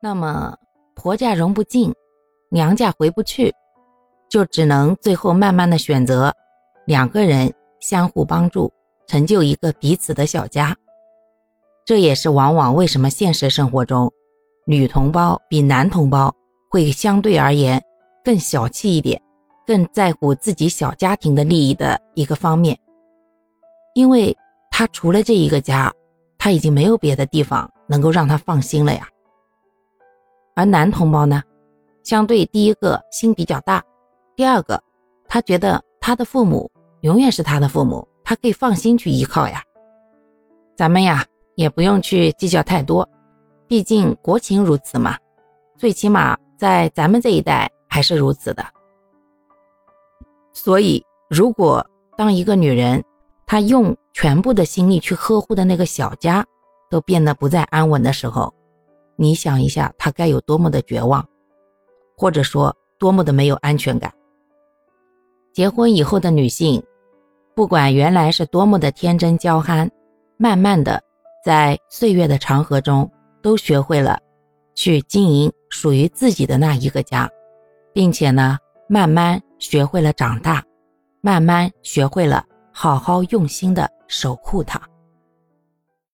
那么婆家融不进，娘家回不去，就只能最后慢慢的选择两个人相互帮助，成就一个彼此的小家。这也是往往为什么现实生活中女同胞比男同胞会相对而言更小气一点，更在乎自己小家庭的利益的一个方面。因为他除了这一个家，他已经没有别的地方能够让他放心了呀。而男同胞呢，相对第一个心比较大，第二个他觉得他的父母永远是他的父母，他可以放心去依靠呀。咱们呀也不用去计较太多，毕竟国情如此嘛，最起码在咱们这一代还是如此的。所以如果当一个女人她用全部的心力去呵护的那个小家都变得不再安稳的时候，你想一下她该有多么的绝望，或者说多么的没有安全感。结婚以后的女性，不管原来是多么的天真娇憨，慢慢的在岁月的长河中都学会了去经营属于自己的那一个家，并且呢慢慢学会了长大，慢慢学会了好好用心的守护它。